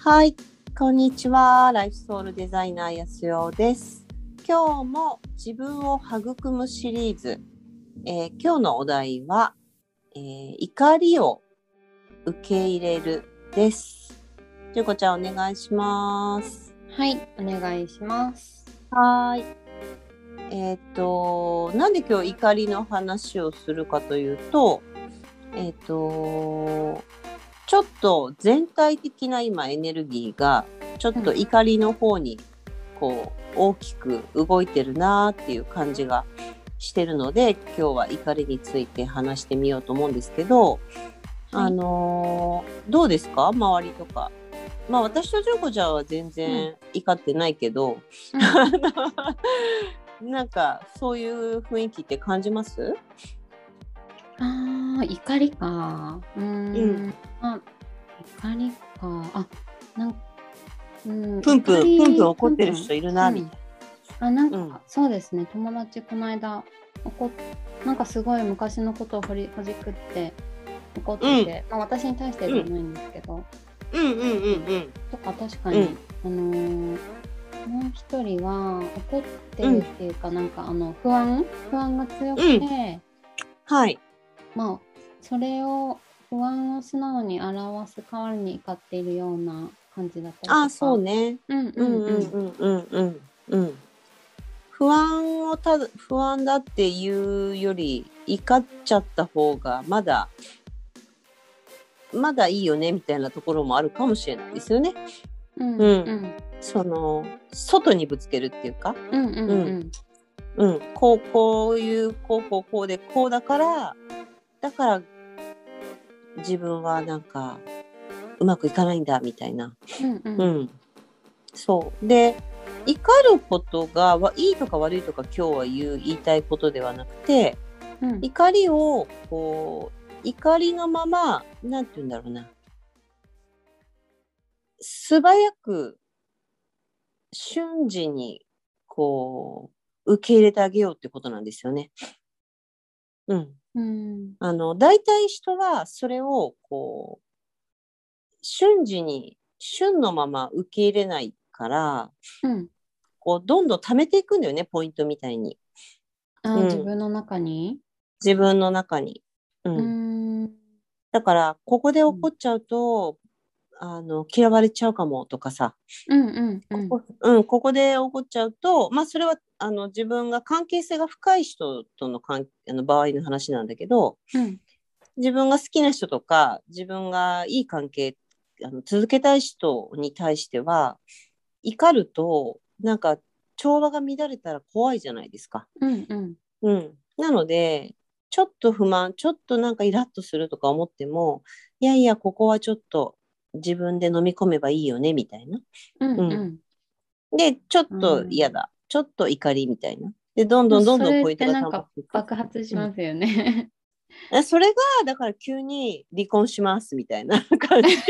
はい、こんにちは。ライフソウルデザイナーやすよです。今日も自分を育むシリーズ、今日のお題は、怒りを受け入れるです。じゅうこちゃんお願いします。 はい、お願いします。 はい。なんで今日怒りの話をするかというと、ちょっと全体的な今エネルギーがちょっと怒りの方にこう大きく動いてるなっていう感じがしてるので、今日は怒りについて話してみようと思うんですけど、 はい、 どうですか周りとか。まあ私とジョコちゃんは全然怒ってないけど、なんかそういう雰囲気って感じます？ 怒りか。怒りか。 プンプン怒ってる人いるな、みたいな。そうですね。友達この間なんかすごい昔のことをほじくって怒ってて、私に対してじゃないんですけど。とか確かに、もう一人は怒ってるっていうか、なんか不安が強くて、 はい。 まあそれを不安を素直に表す代わりに怒っているような感じだったりとか。 そうね。不安だっていうより怒っちゃった方がまだいいよねみたいなところもあるかもしれないですよね。その外にぶつけるっていうか、こういうこうでこうだから自分はなんかうまくいかないんだみたいな。そうで、怒ることがいいとか悪いとか今日は言いたいことではなくて、怒りを怒りのままなんて言うんだろうな、素早く瞬時に受け入れてあげようってことなんですよね。大体人はそれを瞬時に瞬のまま受け入れないから、どんどん溜めていくんだよね、ポイントみたいに。 自分の中に。 自分の中に。だからここで怒っちゃうと、嫌われちゃうかもとかさ、ここで怒っちゃうと、まあそれは自分が関係性が深い人との場合の話なんだけど、自分が好きな人とか自分がいい関係続けたい人に対しては怒るとなんか調和が乱れたら怖いじゃないですか。なのでちょっと不満、ちょっとなんかイラッとするとか思っても、いやいやここはちょっと自分で飲み込めばいいよねみたいな。でちょっと嫌だ、ちょっと怒りみたいな。でどんどんポイントが溜まっていく。 爆発しますよね。 それがだから急に離婚しますみたいな感じ。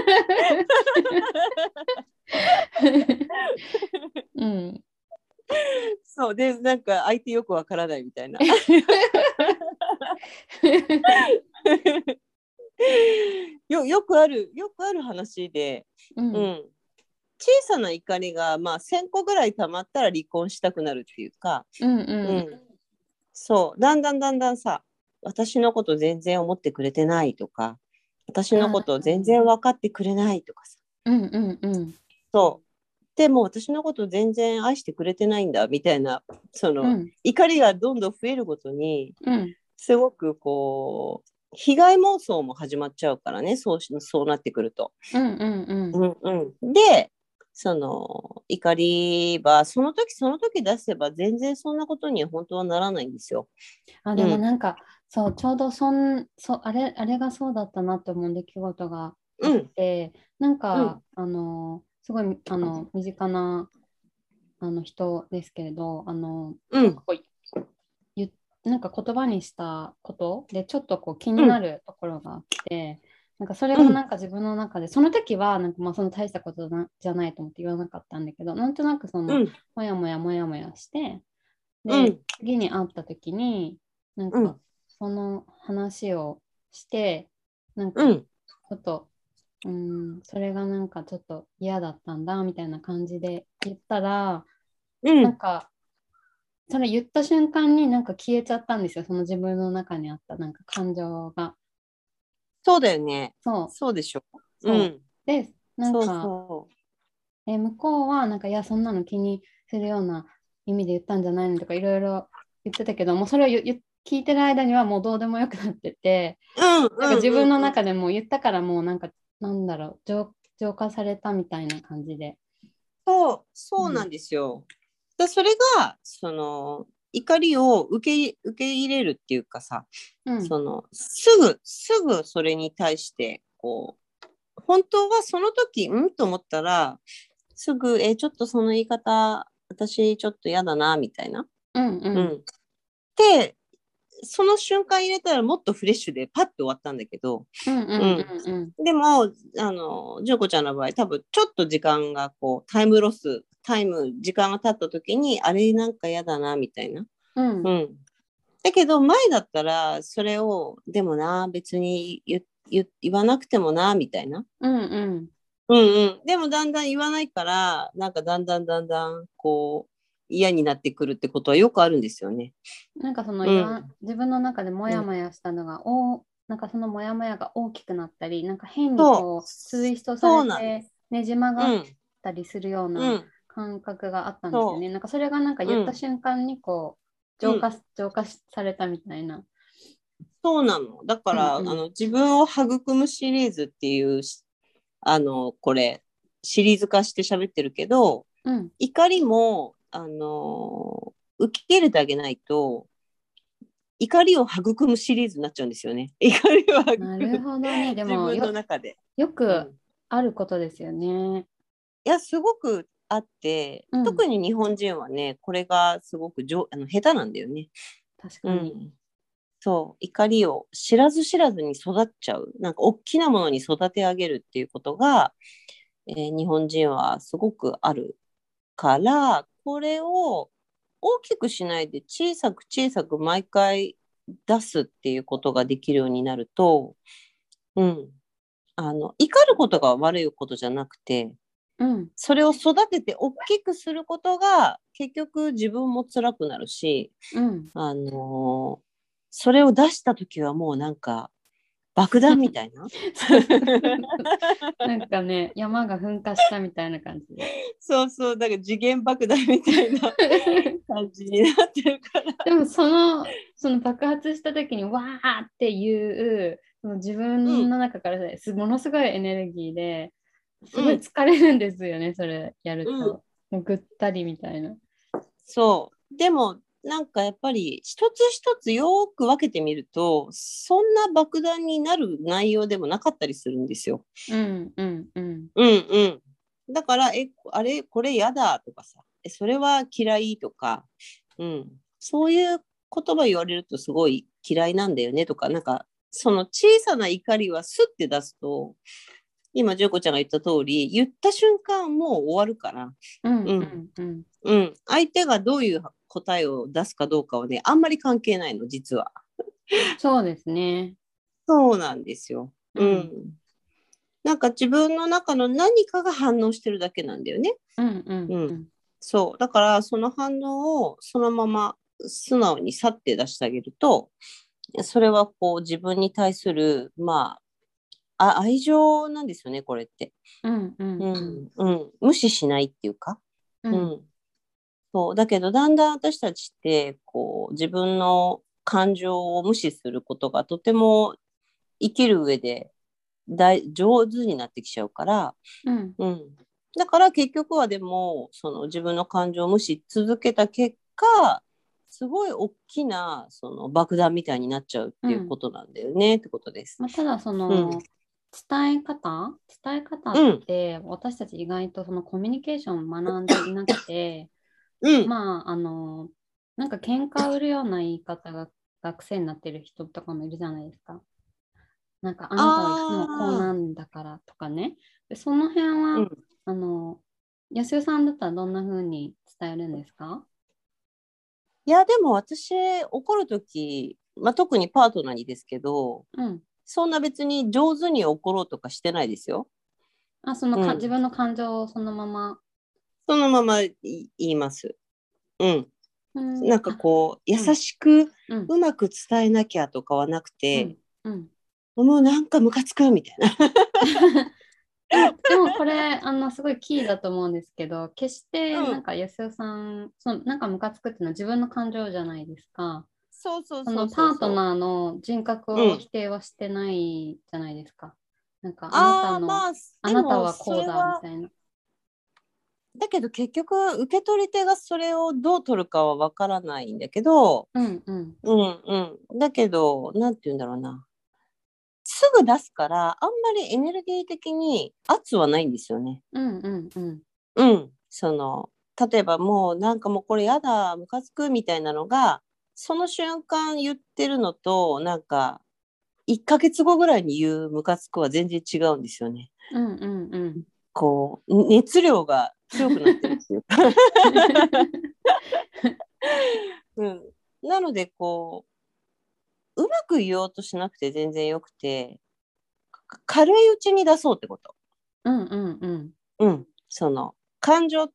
そうで、なんか相手よくわからないみたいな。よくある話で、小さな怒りがまあ1000個ぐらい溜まったら離婚したくなるっていうか、そうだんだんさ、私のこと全然思ってくれてないとか、私のこと全然分かってくれないとかさ、そうでも私のこと全然愛してくれてないんだみたいな、その、怒りがどんどん増えるごとに、すごく被害妄想も始まっちゃうからね、そうなってくると。で、その怒りはその時出せば全然そんなことには本当はならないんですよ。 でもなんか、そう、ちょうどあれがそうだったなって思う出来事があって、なんか、すごい身近な人ですけれど、なんか言葉にしたことでちょっと気になるところがあって、なんかそれがなんか自分の中で、その時はなんかその大したことじゃないと思って言わなかったんだけど、なんとなくもやもやして、で、次に会った時になんかその話をして、なんかちょっとそれがなんかちょっと嫌だったんだみたいな感じで言ったら、 うんなんかそれ言った瞬間になんか消えちゃったんですよ、その自分の中にあったなんか感情が。 そうだよね。 そうそうでしょ。うそう。 ん。 で、なんそうか、 そ向こうはなんか、いや、そんなの気にするような意味で言ったんじゃないのとかいろいろ言ってたけども、それを聞いてる間にはもうどうでもよくなってて、 う。うんなんかうん自分のうんうん。 中でもう言ったからもうなんか、なんだろう、浄化されたみたいな感じで。 そうなうん。 んですよ。それが、怒りを受け入れるっていうかさ、 うん。 すぐそれに対して、こう、本当はその時、と思ったら、すぐ、ちょっとその言い方、私ちょっと嫌だな、みたいな。 うんうん。 うん。で、その瞬間入れたらもっとフレッシュでパッと終わったんだけど、 うんうんううん。 んうん。 でも、純子ちゃんの場合、多分ちょっと時間がこう、時間が経った時に、あれなんか嫌だな、みたいな。 うん。 うん。だけど、前だったら、それを、でもな、別に言わなくてもな、みたいな。 うんうん。 うんうん。でも、だんだん言わないから、なんかだんだん、こう、嫌になってくるってことはよくあるんですよね。 なんかそのうん。 自分の中でモうん、 ヤモヤしたのがなんかそのモヤモヤが大きくなったり、なんか変にそう。 こうツイストされそうなんでてす。 ねじ曲がっうん。 たりするようなうん。 感覚があったんですよそね。なんかそれがなんかう。う言ったん。 瞬間にこううん。 浄化されたみたいな。 そうなの。だから、 うんうん。 自分を育むシリーズっていう、これ、シリーズ化して喋ってるけど、 うん怒りも、受け入れてあげないと、怒りを育むシリーズになっちゃうんですよね。怒りを育なるむ。 ほどね。で自分のも中で。 よくうん。 あることですよね。 いや、すごくあって、 うん。 特に日本人はね、これがすごく下手なんだよね。 確かに。 うん。そう、怒りを知らず知らずに育っちゃう。なんか大きなものに育て上げるっていうことが、日本人はすごくあるから、これを大きくしないで小さく毎回出すっていうことができるようになると、うん、怒ることが悪いことじゃなくて、 うん。 それを育てて大きくすることが結局自分も辛くなるし、 うん。 あのーそれを出した時はもうなんか爆弾みたいな。 なんかね、山が噴火したみたいな感じで。 そうそう、だから次元爆弾みたいな感じになってるから。 でもその爆発した時にわーっていうその自うん、 分の中からものすごいエネルギーですごいうん、 疲れるんですよね、それやるうん。 と。もうぐったりみたいな。 そう。でも、なんかやっぱり一つ一つよく分けてみると、そんな爆弾になる内容でもなかったりするんですよ。 うんうんうん。 うんうん。だから、あれ、これ嫌だとかさ、それは嫌いとか、うん。そういう言葉言われるとすごい嫌いなんだよねとか、なんか、その小さな怒りはスッて出すと、今、純子ちゃんが言った通り、言った瞬間もう終わるから、 うんううん。 んうん。 うん。相手がどういう答えを出すかどうかはね、あんまり関係ないの、実は。 そうですね。 そうなんですよ。ううん。 ん。なんか自分の中の何かが反応してるだけなんだよね。 うんうんうん。 うん。 そう。だから、その反応をそのまま素直に去って出してあげると、それはこう自分に対する、愛情なんですよね、これって。 うんうんうん。 うん。うん。無視しないっていうか。 うん。 うん。そう。だけど、だんだん私たちって、こう、自分の感情を無視することがとても生きる上で上手になってきちゃうから、 うん。 うん。だから結局はでも、その自分の感情を無視続けた結果、すごい大きなその爆弾みたいになっちゃうっていうこうん。 となんだよねってことです。 まあ、ただうん。 伝え方っうん。 て私たち意外とそのコミュニケーションを学んでいなくて、 うん。 まあなんか喧嘩売るような言い方が癖になってる人とかもいるじゃないですか。なんかあなたはいつもこうああ。 なんだからとかね。でその辺はうん。 あの安代さんだったらどんな風に伝えるんですか？ いや、でも私、怒るとき、特にパートナーにですけど、 うん。 そんな別に上手に怒ろうとかしてないですよ。 自分の感情をそのまま言います。なんかこう優しくうまく伝えなきゃとかはなくて、もうなんかムカつくみたいな。 でもこれすごいキーだと思うんですけど、決してなんか安代さん、なんかムカつくっていうのは自分の感情じゃないですか。 そうそのパートナーの人格を否定はしてないじゃないですか。なんかまああなたはこうだみたいな。 だけど結局受け取り手がそれをどう取るかはわからないんだけど、だけどなんて言うんだろうな、すぐ出すからあんまりエネルギー的に圧はないんですよね。その例えばもうなんかもうこれやだムカつくみたいなのがその瞬間言ってるのとなんか1ヶ月後ぐらいに言うムカつくは全然違うんですよね。こう熱量が強くなってるっていうか、なのでこううまく言おうとしなくて全然よくて、軽いうちに出そうってこと。その感情って、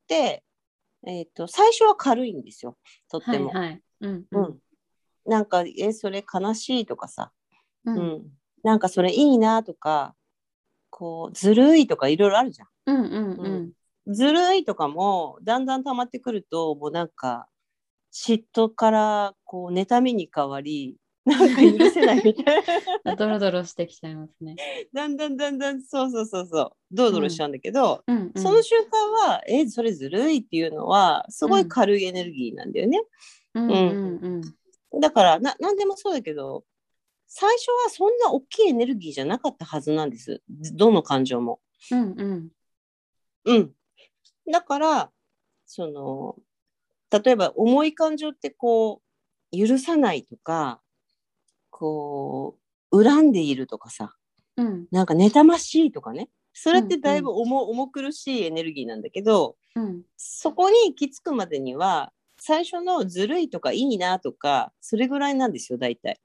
最初は軽いんですよ、とっても。なんかそれ悲しいとかさ、なんかそれいいなとか、こうずるいとかいろいろあるじゃん。ずるいとかもだんだん溜まってくるともうなんか嫉妬からこう妬みに変わり、なんか許せないみたいなドロドロしてきちゃいますね。 だんだんそうドロドロしちゃうんだけど、その瞬間はそれずるいっていうのはすごい軽いエネルギーなんだよね。だからなんでもそうだけど、最初はそんな大きいエネルギーじゃなかったはずなんです、どの感情も。だからその例えば重い感情ってこう許さないとか、こう恨んでいるとかさ、なんか妬ましいとかね、それってだいぶ重苦しいエネルギーなんだけど、そこに行き着くまでには最初のずるいとかいいなとかそれぐらいなんですよ大体。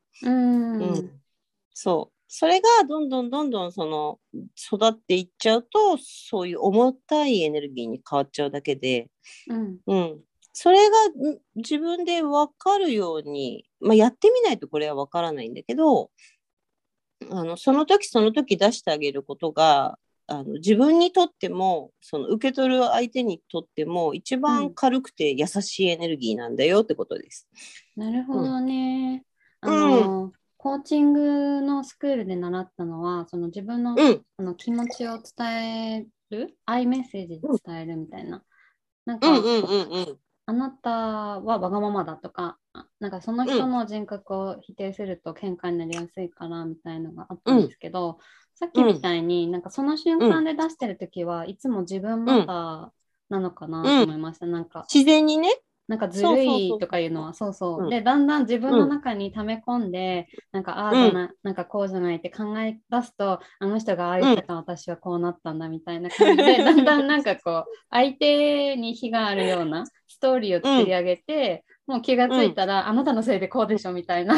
それがどんどんその育っていっちゃうとそういう重たいエネルギーに変わっちゃうだけで、それが自分で分かるように、やってみないとこれは分からないんだけど、その時その時出してあげることが自分にとってもその受け取る相手にとっても一番軽くて優しいエネルギーなんだよってことです。 なるほどね。コーチングのスクールで習ったのは、その自分の、気持ちを伝える、アイメッセージで伝えるみたいな。なんか、あなたはわがままだとか、なんかその人の人格を否定すると喧嘩になりやすいからみたいなのがあったんですけど、さっきみたいになんかその瞬間で出してるときはいつも自分またなのかなと思いました。なんか自然にね。 なんかずるいとかいうのは、で、だんだん自分の中に溜め込んで、なんか、ああじゃない、なんかこうじゃないって考え出すと、あの人がああ言ったから私はこうなったんだみたいな感じで、だんだんなんかこう、相手に非があるようなストーリーを作り上げて、もう気がついたら、あなたのせいでこうでしょみたいな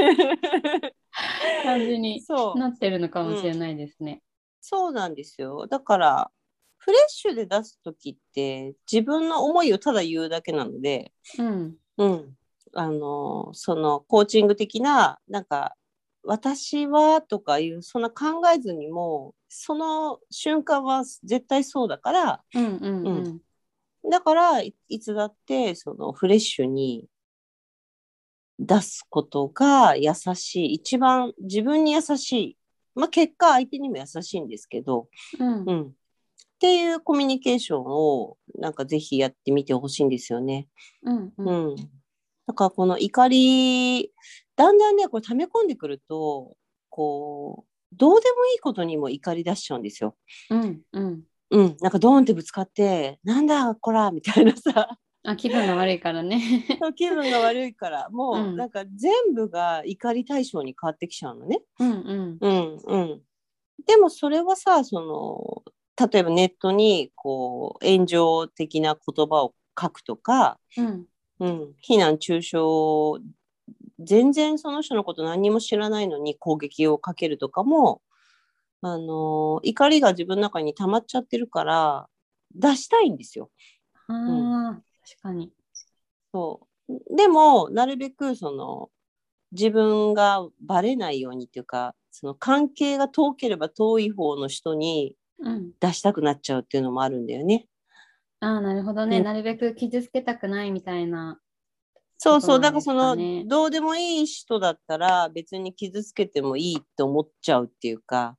感じになってるのかもしれないですね。 そうなんですよ。だから、フレッシュで出す時って自分の思いをただ言うだけなので、そのコーチング的ななんか私はとかいうそんな考えずにもその瞬間は絶対そうだから、だからいつだってそのフレッシュに出すことが優しい、一番自分に優しい、結果相手にも優しいんですけど、っていうコミュニケーションをなんかぜひやってみてほしいんですよね。だからこの怒りだんだんねこれ溜め込んでくるとこうどうでもいいことにも怒り出しちゃうんですよ。なんかドーンってぶつかってなんだこらみたいなさ気分が悪いからね気分が悪いからもうなんか全部が怒り対象に変わってきちゃうのね。でもそれはさその例えばネットにこう炎上的な言葉を書くとか、非難中傷全然その人のこと何にも知らないのに攻撃をかけるとかも怒りが自分の中に溜まっちゃってるから出したいんですよ。 確かに。 そうでもなるべく自分がバレないようにっていうか、その関係が遠ければ遠い方の人に出したくなっちゃうっていうのもあるんだよね。 なるほどね、なるべく傷つけたくないみたいな。 そうそう、だからどうでもいい人だったら別に傷つけてもいいって思っちゃうっていうか、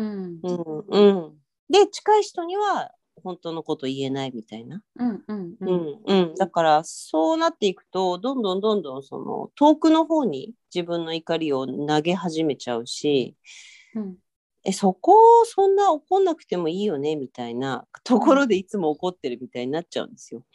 で、近い人には本当のこと言えないみたいな。だからそうなっていくと、どんどん遠くの方に自分の怒りを投げ始めちゃうし、そこそんな怒んなくてもいいよねみたいなところでいつも怒ってるみたいになっちゃうんですよ。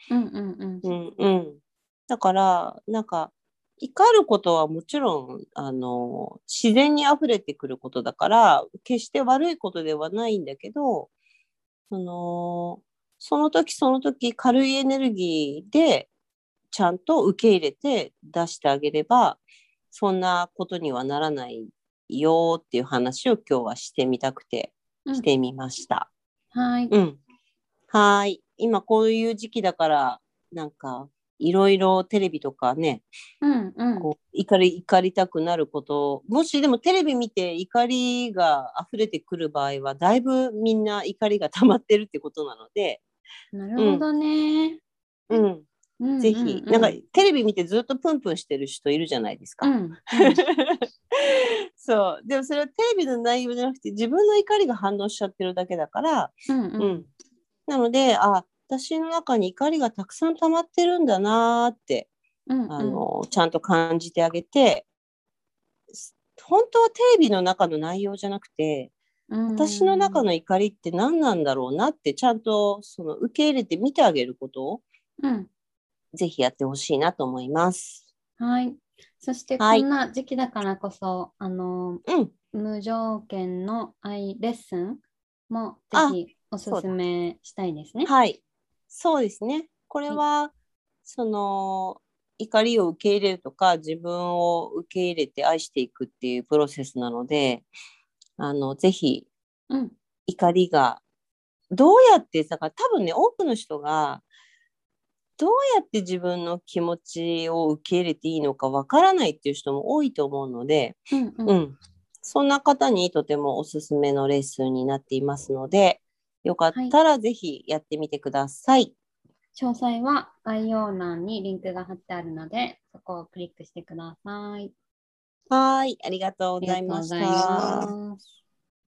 だからなんか怒ることはもちろん自然にあふれてくることだから決して悪いことではないんだけど、その時その時軽いエネルギーでちゃんと受け入れて出してあげればそんなことにはならないよっていう話を今日はしてみたくてしてみました。 はい。 はい。今こういう時期だからなんかいろいろテレビとかね、こう怒りたくなること、もしでもテレビ見て怒りが溢れてくる場合はだいぶみんな怒りが溜まってるってことなので。 なるほどね。 ぜひ、なんかテレビ見てずっとプンプンしてる人いるじゃないですか。そう。でもそれはテレビの内容じゃなくて自分の怒りが反応しちゃってるだけだから、なので、私の中に怒りがたくさん溜まってるんだなって、ちゃんと感じてあげて、本当はテレビの中の内容じゃなくて、私の中の怒りって何なんだろうなってちゃんと受け入れて見てあげることを、ぜひやってほしいなと思います。 はい。そしてこんな時期だからこそ、無条件の愛レッスンもぜひおすすめしたいですね。 はい。そうですね。これは、怒りを受け入れるとか、自分を受け入れて愛していくっていうプロセスなので、ぜひ、怒りが、どうやって、だから多分ね、多くの人が、どうやって自分の気持ちを受け入れていいのかわからないっていう人も多いと思うので、そんな方にとてもおすすめのレッスンになっていますので、よかったらぜひやってみてください。 詳細は概要欄にリンクが貼ってあるので、そこをクリックしてください。 はい、ありがとうございました。